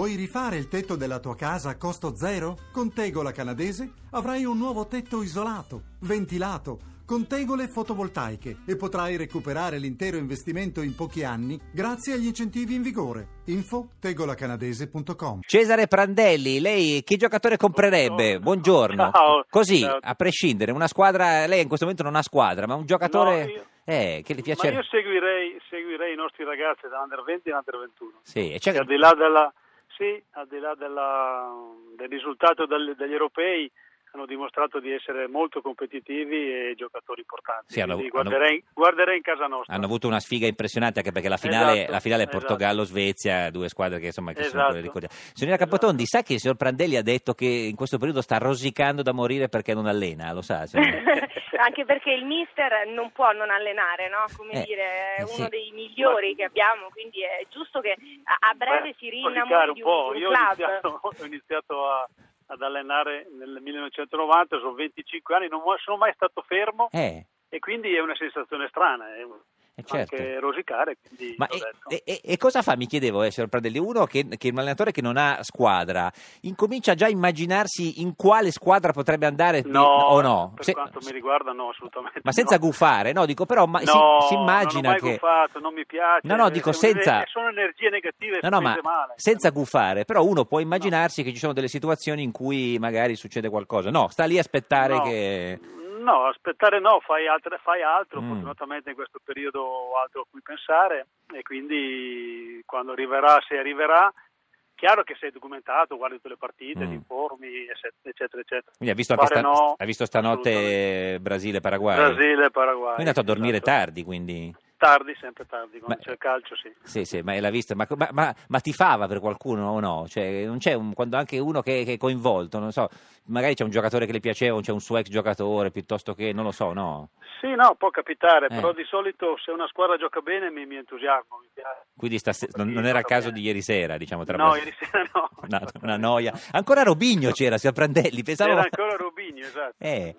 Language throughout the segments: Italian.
Vuoi rifare il tetto della tua casa a costo zero? Con Tegola Canadese avrai un nuovo tetto isolato, ventilato, con tegole fotovoltaiche e potrai recuperare l'intero investimento in pochi anni grazie agli incentivi in vigore. Info tegolacanadese.com. Cesare Prandelli, lei che giocatore comprerebbe? Buongiorno. Ciao. Così, Ciao. a prescindere, una squadra, lei in questo momento non ha squadra, ma un giocatore No, io- che le piace. Ma io seguirei i nostri ragazzi dall'Under 20 e Under 21. Sì, e c'è Che al di là del risultato degli europei hanno dimostrato di essere molto competitivi e giocatori importanti. Sì, Quindi guarderei in casa nostra. hanno avuto una sfiga impressionante, anche perché la finale è Esatto. Portogallo-Svezia, due squadre che sono Esatto. quelle ricordiamo. Signorina Capotondi, sa che il signor Prandelli ha detto che in questo periodo sta rosicando da morire perché non allena, lo sa? Anche perché il mister non può non allenare, no? Come dire, è sì. uno dei migliori che abbiamo, quindi è giusto che a breve si rinnamori di un Io club. ho iniziato ad allenare nel 1990, sono 25 anni, non sono mai stato fermo e quindi è una sensazione strana, certo. Anche rosicare. Quindi Ma e cosa fa, mi chiedevo, signor Prandelli, uno che è un allenatore che non ha squadra, incomincia già a immaginarsi in quale squadra potrebbe andare o no? Per quanto mi riguarda no, assolutamente. Ma senza gufare, no? Dico, però si immagina non ho mai che... gufato, non mi piace. No, dico senza... Sono energie negative, No, ma male. senza gufare, però uno può immaginarsi che ci sono delle situazioni in cui magari succede qualcosa. No, sta lì a aspettare che... No, aspettare no, fai altro, fortunatamente in questo periodo ho altro a cui pensare e quindi quando arriverà, se arriverà, chiaro che sei documentato, guardi tutte le partite, ti informi, eccetera, eccetera. Quindi ha visto stanotte Brasile-Paraguay? Brasile-Paraguay. Quindi è andato a dormire tardi, quindi... Sempre tardi, quando c'è il calcio, sì. Sì, ma l'ha vista, ma tifava per qualcuno o no? Cioè, non c'è quando anche uno che è coinvolto, non so, magari c'è un giocatore che le piaceva, c'è un suo ex giocatore, piuttosto che, non lo so, no? Sì, no, può capitare, però di solito se una squadra gioca bene mi entusiasmo, mi piace. Quindi non era il caso di ieri sera, diciamo? Ieri sera no. Una noia. Ancora Robinho c'era, signor Prandelli, pensavo... Era ancora Robinho, esatto.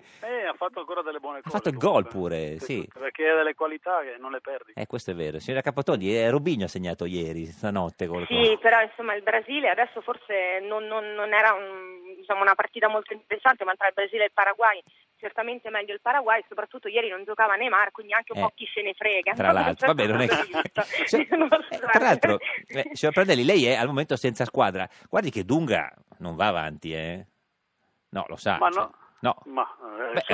Ha fatto ancora delle buone cose. Ha fatto il gol pure, sì. Perché ha delle qualità che non le perdi. Questo è vero. Signora Capotondi, Robinho ha segnato ieri, stanotte. Sì, però insomma il Brasile adesso forse non era una partita molto interessante, ma tra il Brasile e il Paraguay certamente meglio il Paraguay, soprattutto ieri non giocava Neymar, quindi anche un po' chi se ne frega. Tra l'altro, vabbè, non è tra l'altro, signor Prandelli, lei è al momento senza squadra. Guardi che Dunga non va avanti, No, lo sa. Ma è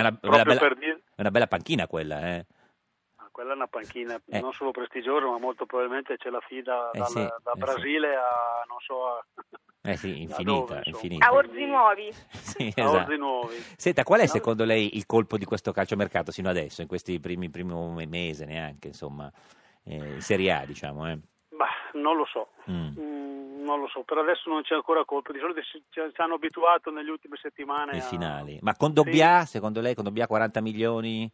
una bella panchina quella, Quella è una panchina non solo prestigiosa, ma molto probabilmente c'è la FIDA da Brasile a non so infinita. A Orzi Nuovi. Sì, a esatto. Orzi Nuovi. Senta, qual è secondo lei il colpo di questo calciomercato sino adesso, in questi primo mese neanche, insomma, in Serie A, diciamo? Non lo so. Non lo so, per adesso non c'è ancora colpo, di solito ci hanno abituato nelle ultime settimane ai finali. Ma con Dobbia, secondo lei, con Dobbia 40 milioni?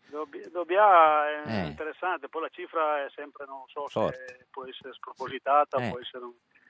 Dobbia è interessante, poi la cifra è sempre, non so se può essere spropositata, può essere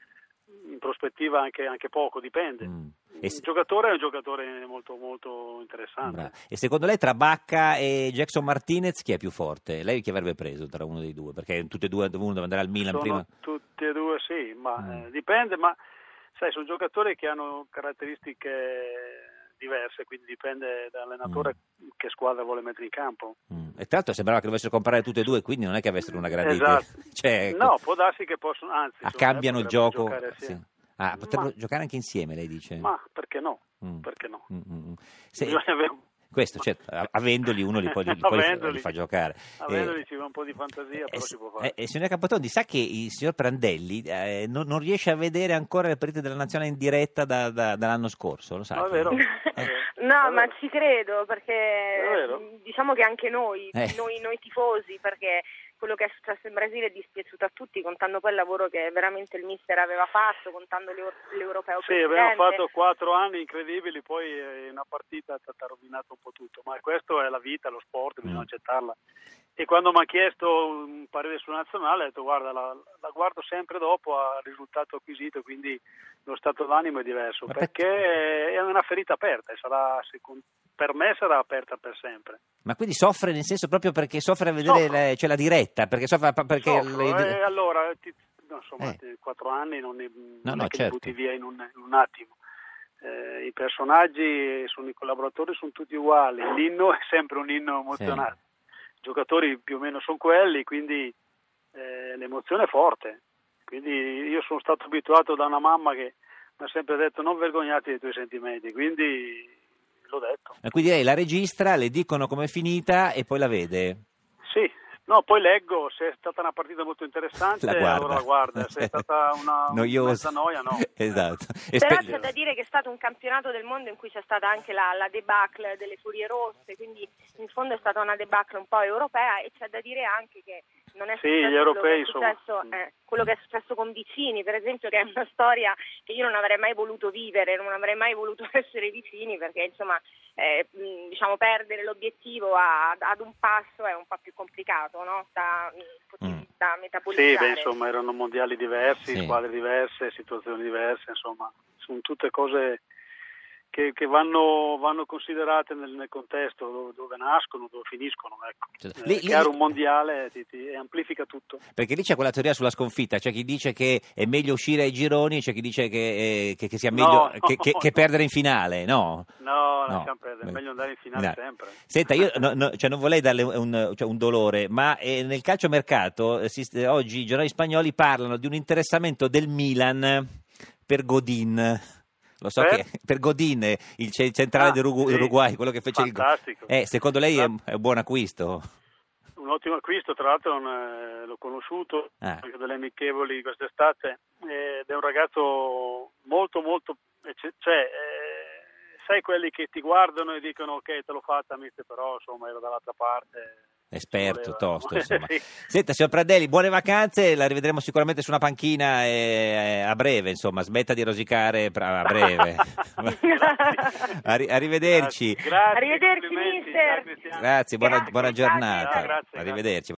in prospettiva anche poco, dipende. Il giocatore è un giocatore molto molto interessante. E secondo lei tra Bacca e Jackson Martinez chi è più forte? Lei chi avrebbe preso tra uno dei due? Perché tutti e due uno deve andare al Milan prima. Tutti e due sì, ma dipende, ma sai, sono giocatori che hanno caratteristiche diverse, quindi dipende dall'allenatore che squadra vuole mettere in campo. E tra l'altro sembrava che dovessero comprare tutte e due, quindi non è che avessero una grande idea. Cioè, no, può darsi che possono, anzi, cambiano il gioco. Potrebbero giocare anche insieme, lei dice? Ma perché no? Perché no? Bisogna avere... Questo, certo, avendoli uno li fa giocare. Avendoli ci va un po' di fantasia, però si può fare. Signora Capotondi, sa che il signor Prandelli non riesce a vedere ancora le partite della nazionale in diretta dall'anno scorso, lo sa? No, è vero. No, ma ci credo, perché diciamo che anche noi tifosi, perché quello che è successo in Brasile è dispiaciuto a tutti, contando poi il lavoro che veramente il mister aveva fatto, contando l'europeo precedente. Sì, abbiamo fatto 4 anni incredibili, poi una partita ci ha rovinato un po' tutto, ma questo è la vita, lo sport, bisogna accettarla. E quando mi ha chiesto un parere sulla nazionale, ho detto guarda, la guardo sempre dopo al risultato acquisito, quindi lo stato d'animo è diverso, perché è una ferita aperta e per me sarà aperta per sempre. Ma quindi soffre nel senso proprio perché soffre a vedere c'è la diretta, perché soffre perché allora insomma 4 anni non è che certo. li butti via in un attimo. I personaggi i collaboratori sono tutti uguali, l'inno è sempre un inno emozionante, i giocatori più o meno sono quelli, quindi l'emozione è forte. Quindi io sono stato abituato da una mamma che mi ha sempre detto non vergognati dei tuoi sentimenti, quindi l'ho detto. E quindi lei la registra, le dicono com'è finita e poi la vede? Sì. No, poi leggo, se è stata una partita molto interessante, allora la guarda, se è stata una noiosa, noia, no. Esatto. Però c'è da dire che è stato un campionato del mondo in cui c'è stata anche la debacle delle Furie Rosse, quindi in fondo è stata una debacle un po' europea, e c'è da dire anche che non è successo gli europei quello che è successo con Vicini, per esempio, che è una storia che io non avrei mai voluto vivere, non avrei mai voluto essere vicini, perché insomma diciamo perdere l'obiettivo ad un passo è un po' più complicato, no? Da metabolizzare. Sì, insomma erano mondiali diversi, squadre diverse, situazioni diverse, insomma sono tutte cose che vanno considerate nel contesto dove nascono, dove finiscono, ecco. Chiaro, un mondiale ti amplifica tutto. Perché lì c'è quella teoria sulla sconfitta, c'è chi dice che è meglio uscire ai gironi, c'è chi dice che sia meglio che perdere in finale, no? No, lasciamo perdere, è meglio andare in finale sempre. Senta, io non vorrei darle un dolore, ma nel calciomercato oggi i giornali spagnoli parlano di un interessamento del Milan per Godin. Lo so che per Godin, il centrale dell'Uruguay, quello che fece fantastico. il gol. Secondo lei è un buon acquisto? Un ottimo acquisto, tra l'altro l'ho conosciuto anche delle amichevoli quest'estate, ed è un ragazzo molto molto, sai quelli che ti guardano e dicono ok, te l'ho fatta mister, però insomma ero dall'altra parte. Esperto, tosto, insomma. Senta, signor Pradelli, buone vacanze, la rivedremo sicuramente su una panchina a breve, insomma, smetta di rosicare a breve. Arrivederci. Grazie. Arrivederci, mister. Grazie, buona giornata. Grazie. Arrivederci.